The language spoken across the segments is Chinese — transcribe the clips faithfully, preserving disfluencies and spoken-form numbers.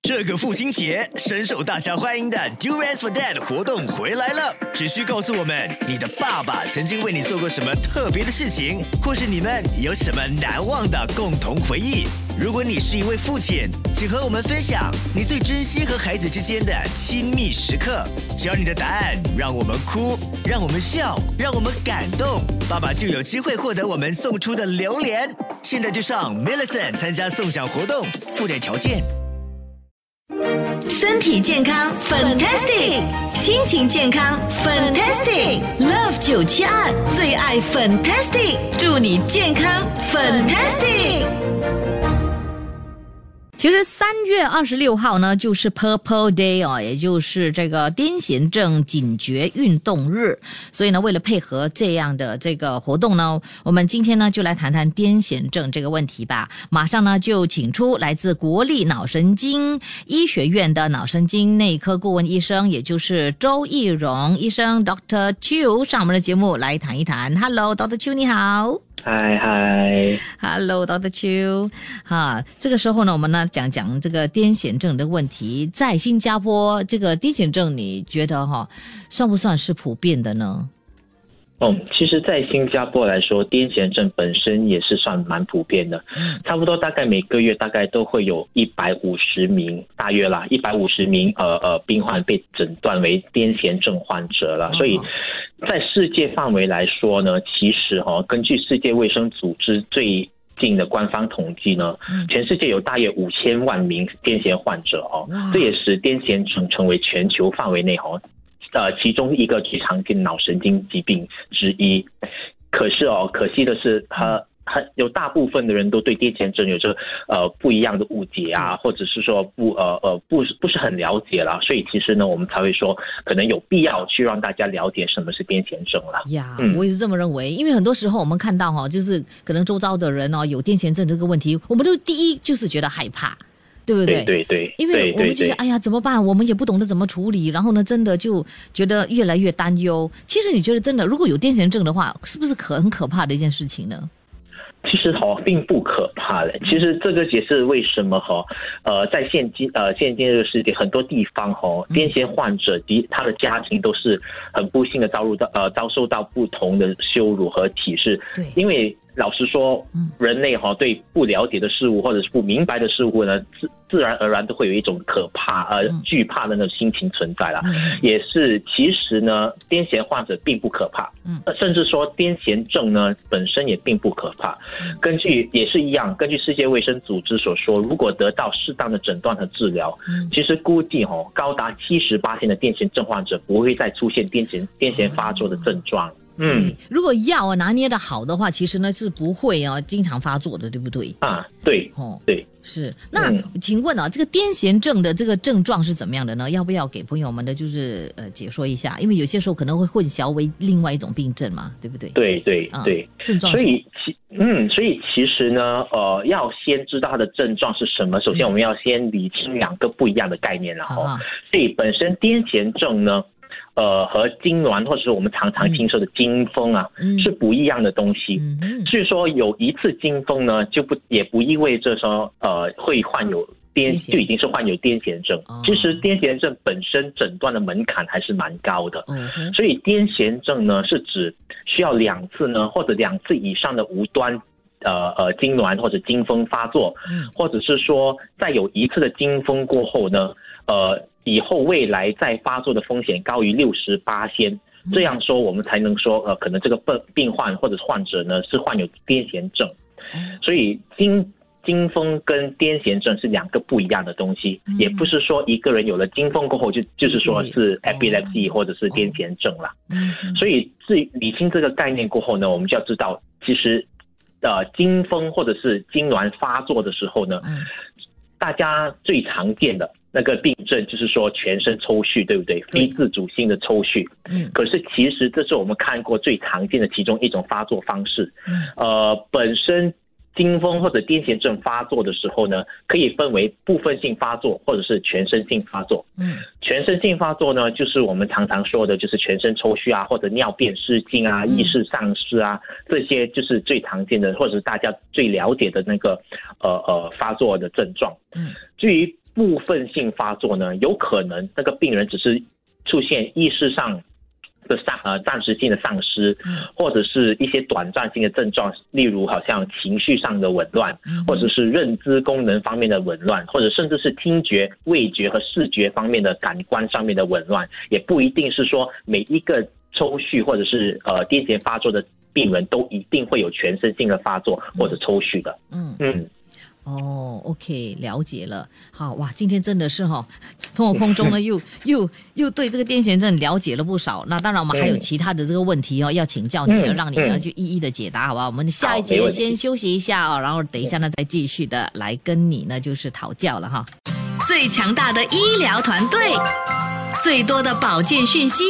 这个父亲节，深受大家欢迎的 Durians for Dad 活动回来了。只需告诉我们你的爸爸曾经为你做过什么特别的事情，或是你们有什么难忘的共同回忆。如果你是一位父亲，请和我们分享你最珍惜和孩子之间的亲密时刻。只要你的答案让我们哭，让我们笑，让我们感动，爸爸就有机会获得我们送出的榴莲。现在就上 Millicent 参加送奖活动，附带条件。 身体健康 Fantastic， 心情健康 Fantastic， Love 九七二最爱 Fantastic， 祝你健康 Fantastic。 其实三月二十六号呢，就是 Purple Day 哦，也就是这个癫痫症警觉运动日。所以呢，为了配合这样的这个活动呢，我们今天呢就来谈谈癫痫症这个问题吧。马上呢就请出来自国立脑神经医学院的脑神经内科顾问医生，也就是周义荣医生 Doctor Chiu 上我们的节目来谈一谈。Hello Doctor Chiu 你好。 嗨嗨 Hello Doctor Chiu 哈，这个时候呢我们呢讲讲这个癫痫症的问题。在新加坡这个癫痫症你觉得哈算不算是普遍的呢？ 哦，其实在新加坡来说，癫痫症本身也是算蛮普遍的，差不多大概每个月大概都会有一百五十名，大约啦一百五十名呃呃病患被诊断为癫痫症患者了。所以在世界范围来说呢，其实哦，根据世界卫生组织最近的官方统计呢，全世界有大约五千万名癫痫患者哦，这也使癫痫症成为全球范围内哦呃，其中一个最常见的脑神经疾病之一。可是哦，可惜的是，它很有大部分的人都对癫痫症有着呃不一样的误解啊，或者是说不呃呃不不是很了解啦。所以其实呢，我们才会说，可能有必要去让大家了解什么是癫痫症啦。 呀、嗯，我也是这么认为，因为很多时候我们看到哈、哦，就是可能周遭的人哦有癫痫症这个问题，我们都第一就是觉得害怕。对不对？ 对对对， 因为我们就觉得哎呀怎么办？我们也不懂得怎么处理，然后呢，真的就觉得越来越担忧。其实你觉得真的，如果有癫痫症的话，是不是可很可怕的一件事情呢？ 其实哈、哦、并不可怕的，其实这个也是为什么哈、哦、呃在现今呃现今这个世界很多地方哈、哦、癫痫患者及他的家庭都是很不幸的遭入到呃遭受到不同的羞辱和歧视。对，因为老实说，人类哈、哦、对不了解的事物或者是不明白的事物呢，自自然而然都会有一种可怕呃惧怕的那种心情存在啦。嗯、也是其实呢，癫痫患者并不可怕，嗯，甚至说癫痫症呢本身也并不可怕。根据也是一样，根据世界卫生组织所说，如果得到适当的诊断和治疗，嗯、其实估计哦高达七十八%的癫痫症患者不会再出现癫痫癫痫发作的症状。 嗯，如果药啊拿捏的好的话，其实呢是不会啊经常发作的，对不对？ 啊，对，哦，对， 是。那、嗯、请问啊，这个癫痫症的这个症状是怎么样的呢？要不要给朋友们的就是呃解说一下？因为有些时候可能会混淆为另外一种病症嘛，对不对？ 对对对， 嗯、症状。 所以其嗯，所以其实呢，呃，要先知道它的症状是什么，首先我们要先理清两个不一样的概念了哈、嗯。所以本身癫痫症呢。呃，和痉挛或者是我们常常听说的惊风啊，嗯、是不一样的东西。嗯、所以说有一次惊风呢，就不也不意味着说呃会患有癫，就已经是患有癫痫症。哦、其实癫痫症本身诊断的门槛还是蛮高的。嗯、所以癫痫症呢是指需要两次呢或者两次以上的无端呃呃痉挛或者惊风发作，嗯、或者是说在有一次的惊风过后呢，呃。以后未来再发作的风险高于 百分之六十八， 这样说我们才能说呃可能这个病患或者患者呢是患有癫痫症。所以惊惊风跟癫痫症是两个不一样的东西，也不是说一个人有了惊风过后就就是说是 epilepsy 或者是癫痫症啦。所以至于理清这个概念过后呢，我们就要知道其实呃惊风或者是痉挛发作的时候呢，大家最常见的那个病症就是说全身抽搐，对不对？非自主性的抽搐。嗯。可是其实这是我们看过最常见的其中一种发作方式。嗯。呃，本身惊风或者癫痫症发作的时候呢，可以分为部分性发作或者是全身性发作。嗯。全身性发作呢，就是我们常常说的，就是全身抽搐啊，或者尿变失禁啊、意识丧失啊，这些就是最常见的，或者是大家最了解的那个呃呃发作的症状。嗯。至于部部分性发作呢，有可能那个病人只是出现意识上的丧呃暂时性的丧失，或者是一些短暂性的症状，例如好像情绪上的紊乱，或者是认知功能方面的紊乱，或者甚至是听觉、味觉和视觉方面的感官上面的紊乱，也不一定是说每一个抽搐或者是呃癫痫发作的病人都一定会有全身性的发作或者抽搐的。嗯嗯。 哦 ，OK， 了解了。好哇，今天真的是哈、哦，通过空中呢又又又对这个癫痫症了解了不少。那当然，我们还有其他的这个问题哦，要请教你，嗯、让你呢去一一的解答，好吧？我们下一节先休息一下哦，然后等一下呢再继续的来跟你呢就是讨教了哈。 最强大的医疗团队，最多的保健讯息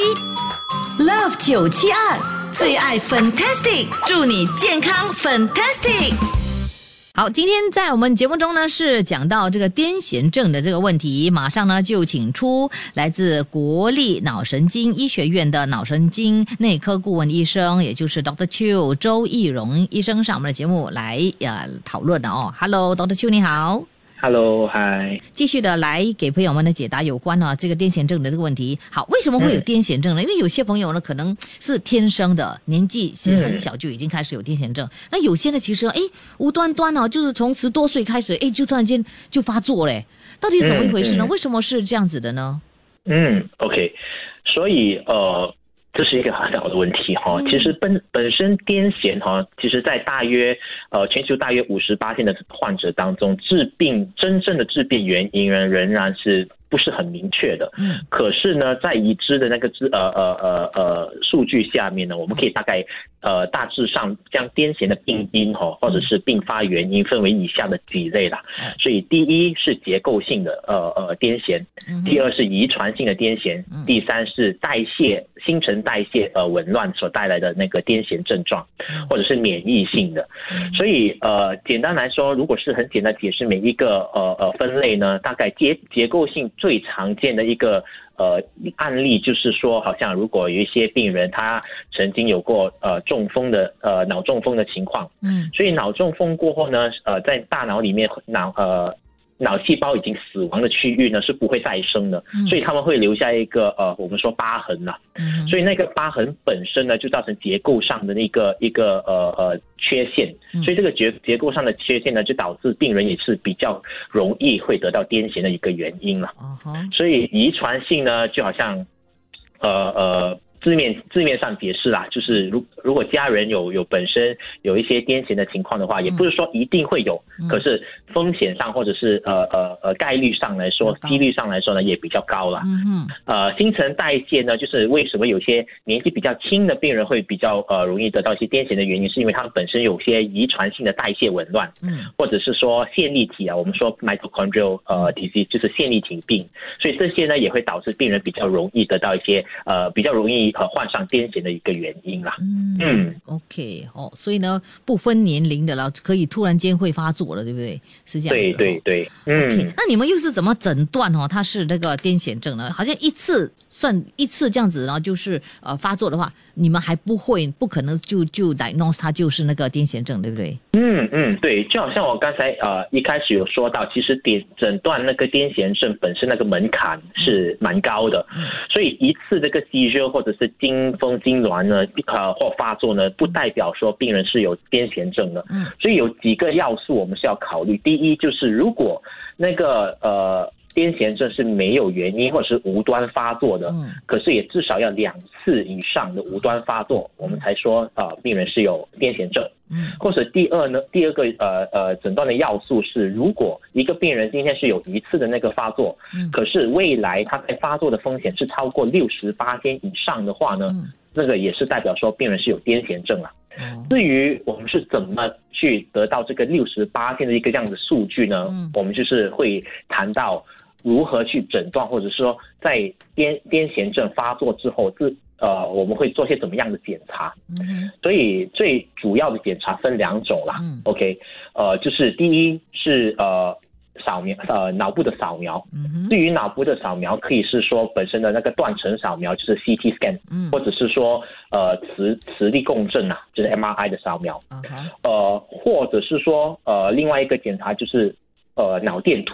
，Love 九七二最爱 Fantastic， 祝你健康 Fantastic。 好，今天在我们节目中呢是讲到这个癫痫症的这个问题，马上呢就请出来自国立脑神经医学院的脑神经内科顾问医生，也就是 Doctor Chiu 周义荣医生上我们的节目来呃讨论的哦。Hello Doctor Chiu 你好。 Hello， 嗨！ 继续的来给朋友们的解答有关呢、啊、这个癫痫症的这个问题。好，为什么会有癫痫症呢？嗯、因为有些朋友呢可能是天生的，年纪是很小就已经开始有癫痫症。嗯、那有些呢其实哎无端端哦，就是从十多岁开始，哎就突然间就发作嘞，到底是怎么一回事呢？嗯嗯、为什么是这样子的呢？ 嗯 ，OK， 所以呃。这是一个很好的问题哈，其实本本身癫痫哈，其实在大约呃全球大约五十八%的患者当中，致病真正的致病原因仍仍然是不是很明确的。嗯，可是呢，在已知的那个呃呃呃呃数据下面呢，我们可以大概呃大致上将癫痫的病因哈，或者是并发原因分为以下的几类啦。所以第一是结构性的呃呃癫痫，第二是遗传性的癫痫，第三是代谢新陈代谢呃紊乱所带来的那个癫痫症状，或者是免疫性的。所以呃简单来说，如果是很简单解释每一个呃呃分类呢，大概结结构性最常见的一个呃案例就是说，好像如果有一些病人他曾经有过呃中风的呃脑中风的情况，嗯，所以脑中风过后呢，呃在大脑里面脑呃。脑细胞已经死亡的区域呢是不会再生的，嗯、所以他们会留下一个呃我们说疤痕啦、嗯，所以那个疤痕本身呢就造成结构上的一个一个呃呃缺陷，嗯、所以这个结结构上的缺陷呢就导致病人也是比较容易会得到癫痫的一个原因了。Uh-huh. 所以遗传性呢就好像呃呃。字面字面上解释啦，就是如如果家人有有本身有一些癫痫的情况的话，也不是说一定会有，嗯、可是风险上或者是呃呃呃概率上来说，几率上来说呢也比较高了。嗯呃，新陈代谢呢，就是为什么有些年纪比较轻的病人会比较呃容易得到一些癫痫的原因，是因为他们本身有些遗传性的代谢紊乱，嗯，或者是说线粒体啊，我们说 mitochondrial 呃 disease 就是线粒体病，所以这些呢也会导致病人比较容易得到一些呃比较容易。呃，患上癫痫的一个原因啦。嗯嗯 ，OK， 哦，所以呢，不分年龄的了，可以突然间会发作了，对不对？是这样子。 对对对，嗯。 OK， 那你们又是怎么诊断哦？它是那个癫痫症呢？好像一次算一次这样子，然后就是呃发作的话，你们还不会，不可能就就 diagnose 它就是那个癫痫症，对不对？ 嗯嗯，对，就好像我刚才呃一开始有说到，其实点诊断那个癫痫症本身那个门槛是蛮高的，嗯、所以一次这个 seizure 或者是惊风痉挛呢，呃或发作呢，不代表说病人是有癫痫症的。嗯，所以有几个要素我们是要考虑。第一就是如果那个呃癫痫症是没有原因或者是无端发作的，嗯，可是也至少要两次以上的无端发作，我们才说呃病人是有癫痫症。嗯，或者第二呢，第二个呃呃诊断的要素是，如果一个病人今天是有一次的那个发作，嗯，可是未来他在发作的风险是超过六十八天以上的话呢，嗯，这个也是代表说病人是有癫痫症了。嗯，至于我们是怎么去得到这个六十八天的一个这样的数据呢？嗯，我们就是会谈到如何去诊断，或者说在癫癫痫症发作之后，自呃，我们会做些怎么样的检查？嗯，所以最主要的检查分两种啦。嗯 ，OK， 呃，就是第一是呃扫描呃脑部的扫描。嗯，至于脑部的扫描，可以是说本身的那个断层扫描，就是 C T scan，嗯，或者是说呃磁磁力共振啊，就是 M R I 的扫描。嗯，呃，或者是说呃另外一个检查就是呃脑电图。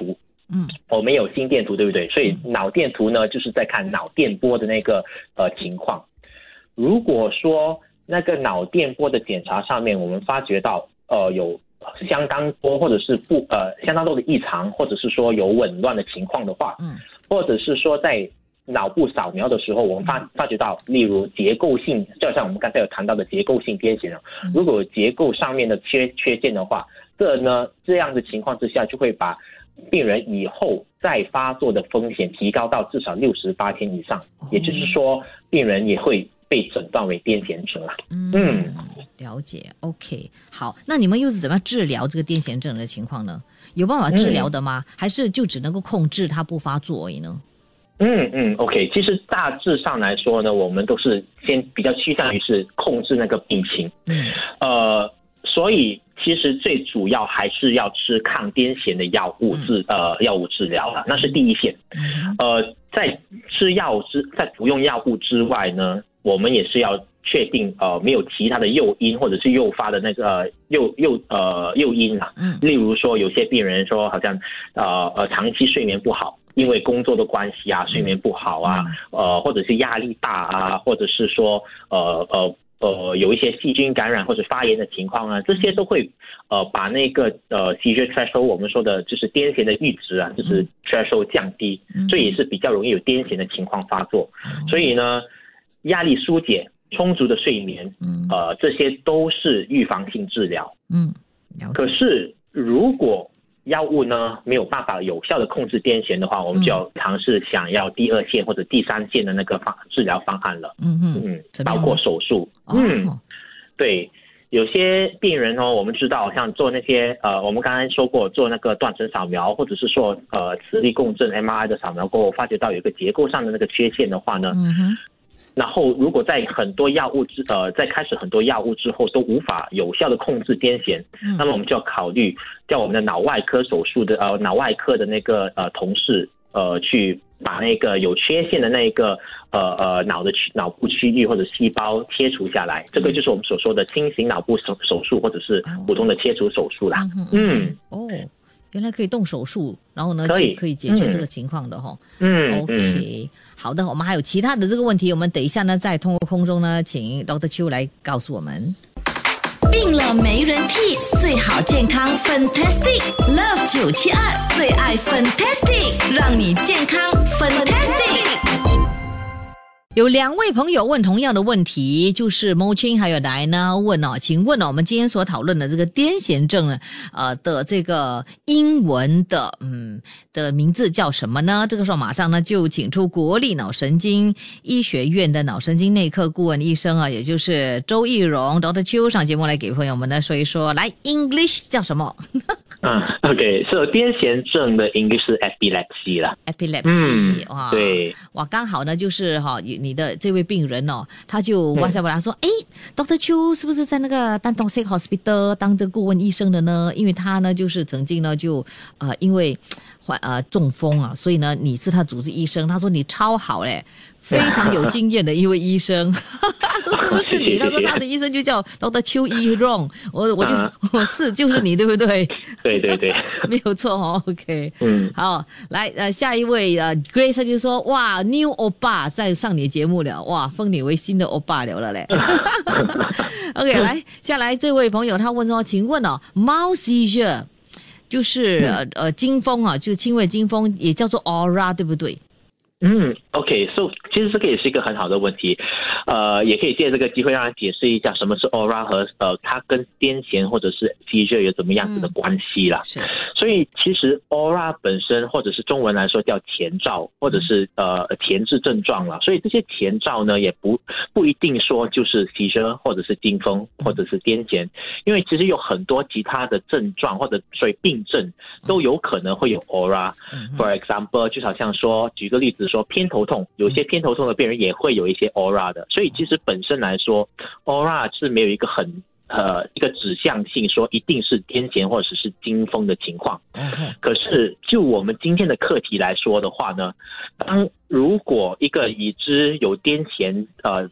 嗯， 我们有心电图，对不对？所以脑电图呢，就是在看脑电波的那个呃情况。如果说那个脑电波的检查上面，我们发觉到呃有相当多或者是不呃相当多的异常，或者是说有紊乱的情况的话， 嗯， 或者是说在脑部扫描的时候，我们发发觉到，例如结构性，就像我们刚才有谈到的结构性癫痫啊，如果有结构上面的缺缺陷的话，这呢这样的情况之下，就会把病人以后再发作的风险提高到至少六十八天以上，也就是说，病人也会被诊断为癫痫症啦。 嗯， 嗯了解。OK， 好，那你们又是怎么样治疗这个癫痫症的情况呢？有办法治疗的吗？嗯、还是就只能够控制它不发作而已呢？ 嗯嗯 ，OK， 其实大致上来说呢，我们都是先比较趋向于是控制那个病情，嗯，呃，所以其实最主要还是要吃抗癫痫的药物治、嗯、呃药物治疗了，那是第一线。呃，在吃药之在服用药物之外呢，我们也是要确定呃没有其他的诱因或者是诱发的那个、呃、诱诱呃诱因啊，嗯，例如说有些病人说好像呃呃长期睡眠不好。因为工作的关系啊，睡眠不好啊，呃，或者是压力大啊，或者是说呃呃呃有一些细菌感染或者发炎的情况啊，这些都会呃把那个呃 seizure threshold 我们说的就是癫痫的阈值啊，就是 threshold 降低，所以也是比较容易有癫痫的情况发作。所以呢，压力疏解、充足的睡眠，呃，这些都是预防性治疗。嗯，可是如果药物呢没有办法有效的控制癫痫的话，我们就要尝试想要第二线或者第三线的那个方治疗方案了。嗯嗯嗯，包括手术。嗯，对，有些病人哦，我们知道像做那些呃，我们刚才说过做那个断层扫描，或者是说呃磁力共振 M R I 的扫描过后，发觉到有一个结构上的那个缺陷的话呢，嗯哼。然后，如果在很多药物之呃，在开始很多药物之后都无法有效的控制癫痫，嗯、那么我们就要考虑叫我们的脑外科手术的呃脑外科的那个呃同事呃去把那个有缺陷的那个呃呃脑的区脑部区域或者细胞切除下来，这个就是我们所说的轻型脑部手手术或者是普通的切除手术啦。嗯嗯哦。原来可以动手术，然后呢，可以就可以解决这个情况的哈。 嗯 ，OK，、嗯、好的，我们还有其他的这个问题，我们等一下呢，再通过空中呢，请 Doctor Chiu 来告诉我们。 病了没人替，最好健康 Fantastic Love 九七二最爱 Fantastic， 让你健康 Fantastic。 有两位朋友问同样的问题，就是 Mo-Ching 还有 Diana 问哦，请问哦，我们今天所讨论的这个癫痫症呢，呃的这个英文的嗯的名字叫什么呢？这个时候马上呢就请出国立脑神经医学院的脑神经内科顾问医生啊，也就是周奕荣 Doctor Chiu 上节目来给朋友们呢说一说，来 English 叫什么？ 嗯 ，OK， 所以癫痫症的 English 是 epilepsy 啦 ，epilepsy，、嗯、哇， 对， 哇，刚好呢就是哈、哦，你的这位病人哦，他就 WhatsApp 我他说，哎、嗯、，Doctor Chiu 是不是在那个丹东 Sick Hospital 当这个顾问医生的呢？因为他呢就是曾经呢就呃因为患呃中风啊，所以呢你是他主治医生，他说你超好嘞。非常有经验的一位医生，他说是不是你？他说他的医生就叫 Doctor Chiu Yee-Rong， 我我就、啊、我是就是你对不对？ 对对对， 没有错哦。OK， 嗯， 好，来呃下一位呃 Grace 就说哇 New 欧巴在上你的节目了，哇封你为新的欧巴了了嘞。OK， 来下来这位朋友他问说，请问哦 Mild seizure 就是呃呃惊风啊，就是轻微惊风，也叫做 aura 对不对？ 嗯 ，OK，so、okay, 其实这个也是一个很好的问题，呃，也可以借这个机会让他解释一下什么是 aura 和呃它跟癫痫或者是 seizure 有怎么样子的关系啦。 是， 所以其实 aura 本身或者是中文来说叫前兆，或者是呃前置症状啦。所以这些前兆呢，也不不一定说就是 seizure 或者是惊风或者是癫痫，因为其实有很多其他的症状或者所以病症都有可能会有 aura。For example， 就好像说，举个例子。说偏头痛，有些偏头痛的病人也会有一些 aura 的，所以其实本身来说 aura 是没有一个很呃一个指向性说一定是癫痫或者是惊风的情况。可是就我们今天的课题来说的话呢，当如果一个已知有癫痫呃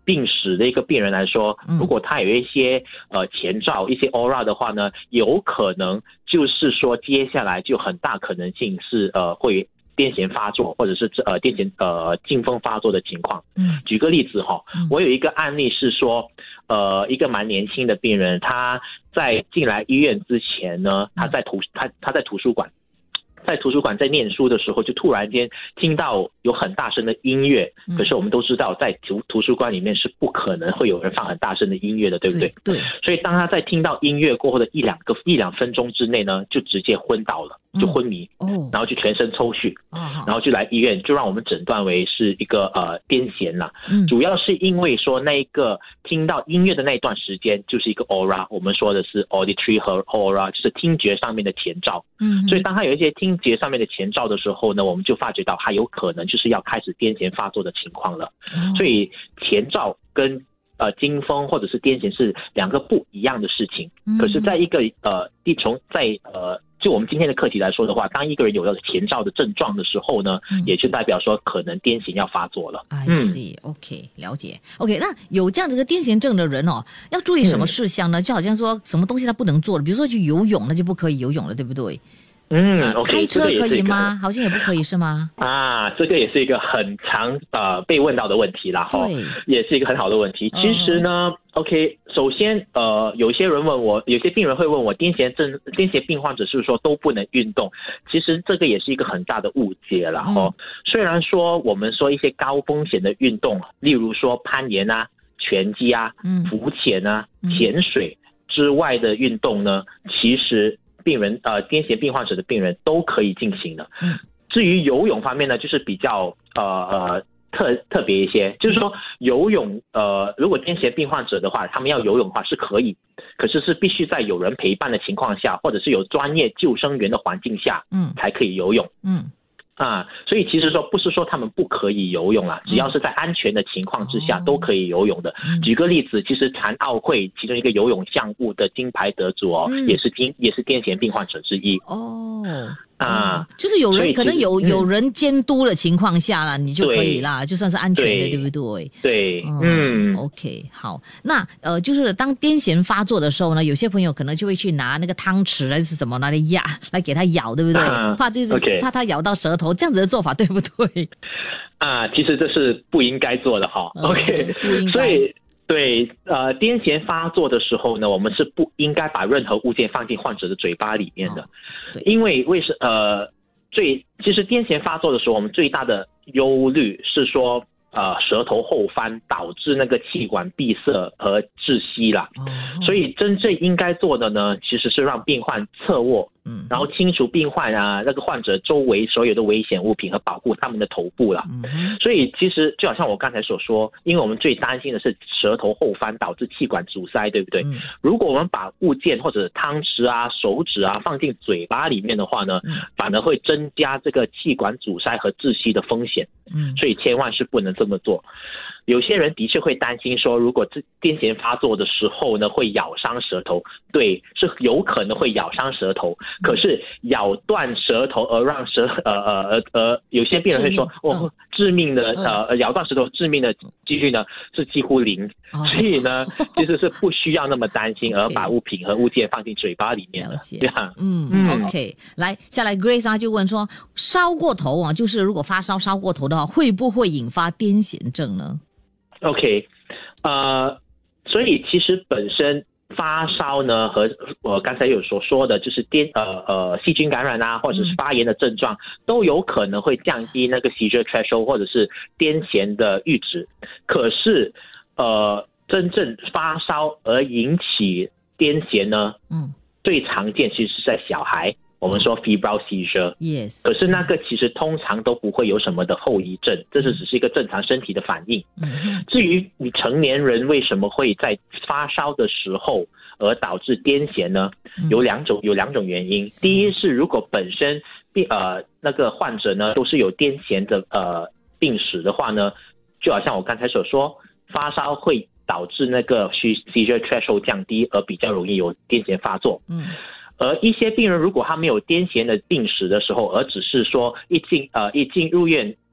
病史的一个病人来说，如果他有一些呃前兆、一些 aura 的话呢，有可能就是说接下来就很大可能性是呃会癫痫发作，或者是呃癫痫呃惊风发作的情况。嗯，举个例子哈，我有一个案例是说，呃，一个蛮年轻的病人，他在进来医院之前呢，他在图他他在图书馆。在图书馆在念书的时候，就突然间听到有很大声的音乐。可是我们都知道，在图图书馆里面是不可能会有人放很大声的音乐的，对不对？ 对。对， 所以当他在听到音乐过后的一两个一两分钟之内呢，就直接昏倒了，就昏迷。嗯、然后就全身抽搐。哦、然后就来医院，就让我们诊断为是一个呃癫痫了。嗯。主要是因为说那一个听到音乐的那一段时间就是一个 aura， 我们说的是 auditory 和 aura， 就是听觉上面的前兆。嗯。所以当他有一些听觉上面的前兆的时候呢，我们就发觉到他有可能就是要开始癫痫发作的情况了。哦、所以前兆跟呃惊风或者是癫痫是两个不一样的事情。嗯、可是在一个呃地从在呃就我们今天的课题来说的话，当一个人有了前兆的症状的时候呢，嗯、也就代表说可能癫痫要发作了。 I see， OK， 了解。OK， 那有这样子的癫痫症的人哦，要注意什么事项呢？嗯、就好像说什么东西他不能做了，比如说去游泳，那就不可以游泳了，对不对？ 嗯、呃、 ，OK， 开车可以吗？好像也不可以是吗？ 啊，这个也是一个很常呃被问到的问题啦，哈，也是一个很好的问题。其实呢、哦、，OK， 首先呃，有些人问我，有些病人会问我，癫痫症、癫痫病患者是不是说都不能运动？其实这个也是一个很大的误解啦，哈、嗯。虽然说我们说一些高风险的运动，例如说攀岩啊、拳击啊、浮潜啊、嗯、潜水之外的运动呢，其实病人呃癫痫病患者的病人都可以进行的。嗯，至于游泳方面呢，就是比较呃呃特特别一些，就是说游泳呃如果癫痫病患者的话，他们要游泳的话是可以，可是是必须在有人陪伴的情况下，或者是有专业救生员的环境下，嗯，才可以游泳。嗯。啊，所以其实说不是说他们不可以游泳啦，只要是在安全的情况之下、嗯、都可以游泳的。嗯、举个例子，其实残奥会其中一个游泳项目的金牌得主哦，嗯、也是癫也是癫痫病患者之一。哦。啊、嗯， 就是有人可能有、嗯、有人监督的情况下啦，你就可以啦，就算是安全的， 对, 对不对？ 对，嗯 ，OK， 好，那呃，就是当癫痫发作的时候呢，有些朋友可能就会去拿那个汤匙还是怎么拿来压来给他咬，对不对？啊、怕就是、okay. 怕他咬到舌头，这样子的做法对不对？ 啊，其实这是不应该做的哈。嗯、OK， 不应该。 所以。对，呃，癫痫发作的时候呢，我们是不应该把任何物件放进患者的嘴巴里面的，哦、对，因为为什呃最其实癫痫发作的时候，我们最大的忧虑是说，呃，舌头后翻导致那个气管闭塞和窒息啦。哦、所以真正应该做的呢，其实是让病患侧卧。嗯，然后清除病患啊那个患者周围所有的危险物品和保护他们的头部了。嗯，所以其实就好像我刚才所说，因为我们最担心的是舌头后翻导致气管阻塞，对不对？嗯，如果我们把物件或者汤匙啊、手指啊放进嘴巴里面的话呢，嗯、反而会增加这个气管阻塞和窒息的风险。嗯，所以千万是不能这么做。有些人的确会担心说，如果癫痫发作的时候呢，会咬伤舌头。对，是有可能会咬伤舌头。可是咬断舌头而让舌呃呃呃，有些病人会说，哦，致命的呃咬断舌头致命的几率呢是几乎零。哦、所以呢，其实是不需要那么担心，而把物品和物件放进嘴巴里面的。 这样，嗯嗯 ，OK， 来下来 Grace 啊就问说，烧过头啊，就是如果发烧烧过头的话，会不会引发癫痫症呢 ？OK， 呃，所以其实本身发烧呢和我刚才有所说的，就是癫呃呃细菌感染啊，或者是发炎的症状，嗯、都有可能会降低那个 seizure threshold 或者是癫痫的阈值。可是呃，真正发烧而引起癫痫呢，嗯，最常见其实是在小孩。我们说 febrile seizure， yes， 可是那个其实通常都不会有什么的后遗症，这是只是一个正常身体的反应。嗯、至于你成年人为什么会在发烧的时候而导致癫痫呢？有两种有两种原因。第一是如果本身病呃那个患者呢都是有癫痫的呃病史的话呢，就好像我刚才所说，发烧会导致那个 seizure threshold 降低，而比较容易有癫痫发作。嗯。而一些病人如果他没有癫痫的病史的时候，而只是说一进呃一进入院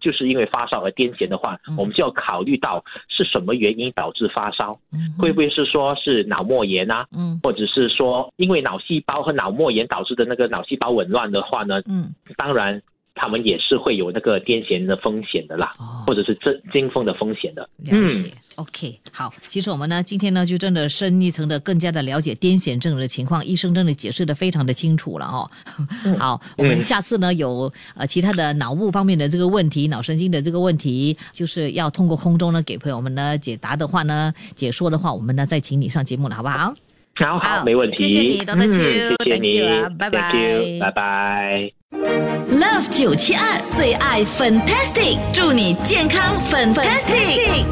就是因为发烧而癫痫的话，嗯、我们就要考虑到是什么原因导致发烧，嗯、会不会是说是脑膜炎啊，嗯、或者是说因为脑细胞和脑膜炎导致的那个脑细胞紊乱的话呢，嗯、当然他们也是会有那个癫痫的风险的啦，哦、或者是惊惊风的风险的。 了解、嗯、，OK， 好，其实我们呢今天呢就真的深一层的更加的了解癫痫症的情况，医生真的解释的非常的清楚了哦。嗯、好，我们下次呢有呃其他的脑部方面的这个问题，脑神经的这个问题，就是要通过空中呢给朋友们呢解答的话呢，解说的话，我们呢再请你上节目了，好不好？ 好好，没问题。 谢谢你 ，Doctor Chiu，、 嗯、谢谢你， 啊，拜拜， 拜拜。 Love 九七二最爱 Fantastic， 祝你健康 Fantastic。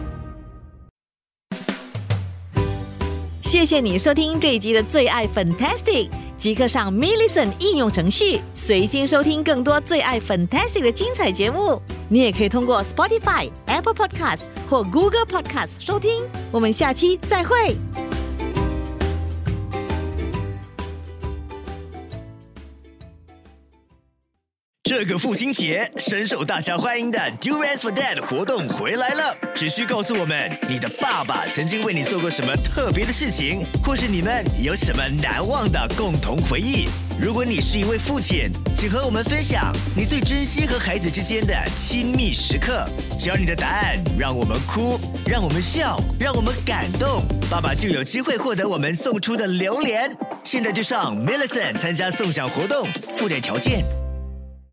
谢谢你收听这一集的最爱 Fantastic， 即刻上 Millicent 应用程序，随心收听更多最爱 Fantastic 的精彩节目。你也可以通过 Spotify、Apple Podcast 或 Google Podcast 收听。我们下期再会。 这个父亲节，深受大家欢迎的 Durians for Dad 活动回来了！只需告诉我们你的爸爸曾经为你做过什么特别的事情，或是你们有什么难忘的共同回忆。如果你是一位父亲，请和我们分享你最珍惜和孩子之间的亲密时刻。只要你的答案让我们哭，让我们笑，让我们感动，爸爸就有机会获得我们送出的榴莲。现在就上 Millicent 参加送奖活动，附点条件。